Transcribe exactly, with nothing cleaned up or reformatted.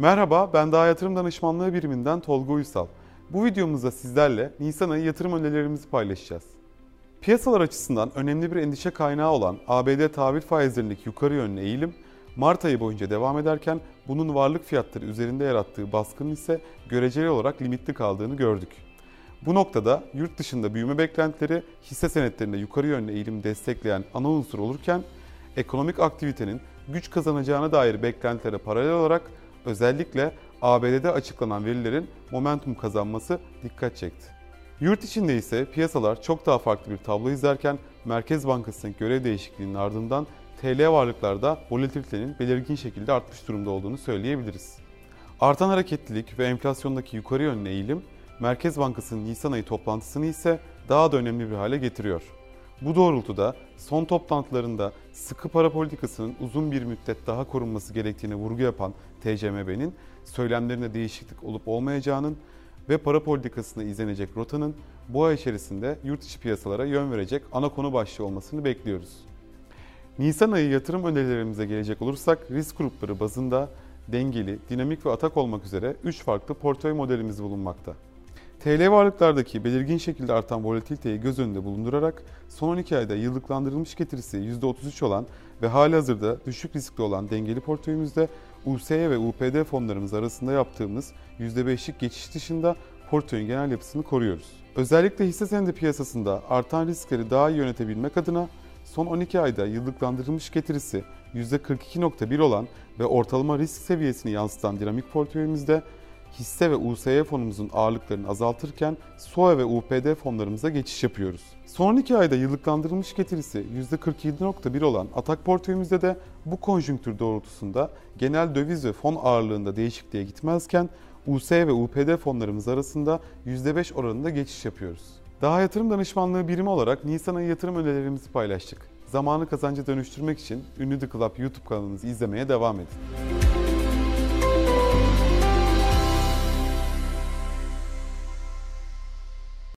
Merhaba, ben Daha Yatırım Danışmanlığı Biriminden Tolga Uysal. Bu videomuzda sizlerle Nisan ayı yatırım önerilerimizi paylaşacağız. Piyasalar açısından önemli bir endişe kaynağı olan A B D tahvil faizlerindeki yukarı yönlü eğilim, Mart ayı boyunca devam ederken bunun varlık fiyatları üzerinde yarattığı baskının ise göreceli olarak limitli kaldığını gördük. Bu noktada yurt dışında büyüme beklentileri hisse senetlerinde yukarı yönlü eğilimi destekleyen ana unsur olurken, ekonomik aktivitenin güç kazanacağına dair beklentilere paralel olarak özellikle A B D'de açıklanan verilerin momentum kazanması dikkat çekti. Yurt içinde ise piyasalar çok daha farklı bir tablo izlerken Merkez Bankası'nın görev değişikliğinin ardından T L varlıklarda volatilitenin belirgin şekilde artmış durumda olduğunu söyleyebiliriz. Artan hareketlilik ve enflasyondaki yukarı yönlü eğilim, Merkez Bankası'nın Nisan ayı toplantısını ise daha da önemli bir hale getiriyor. Bu doğrultuda son toplantılarında sıkı para politikasının uzun bir müddet daha korunması gerektiğine vurgu yapan T C M B'nin söylemlerinde değişiklik olup olmayacağının ve para politikasına izlenecek rotanın bu ay içerisinde yurt içi piyasalara yön verecek ana konu başlığı olmasını bekliyoruz. Nisan ayı yatırım önerilerimize gelecek olursak risk grupları bazında dengeli, dinamik ve atak olmak üzere üç farklı portföy modelimiz bulunmakta. T L varlıklardaki belirgin şekilde artan volatiliteyi göz önünde bulundurarak son on iki ayda yıllıklandırılmış getirisi yüzde otuz üç olan ve halihazırda düşük riskli olan dengeli portföyümüzde U S Y ve U P D fonlarımız arasında yaptığımız yüzde beşlik geçiş dışında portföyün genel yapısını koruyoruz. Özellikle hisse senedi piyasasında artan riskleri daha iyi yönetebilmek adına son on iki ayda yıllıklandırılmış getirisi yüzde kırk iki nokta bir olan ve ortalama risk seviyesini yansıtan dinamik portföyümüzde hisse ve U S Y fonumuzun ağırlıklarını azaltırken S O E ve U P D fonlarımıza geçiş yapıyoruz. Son on iki ayda yıllıklandırılmış getirisi yüzde kırk yedi nokta bir olan atak portföyümüzde de bu konjonktür doğrultusunda genel döviz ve fon ağırlığında değişikliğe gitmezken U S Y ve U P D fonlarımız arasında yüzde beş oranında geçiş yapıyoruz. Daha Yatırım Danışmanlığı Birimi olarak Nisan ayı yatırım önerilerimizi paylaştık. Zamanı kazanca dönüştürmek için ünlü The Club YouTube kanalımızı izlemeye devam edin.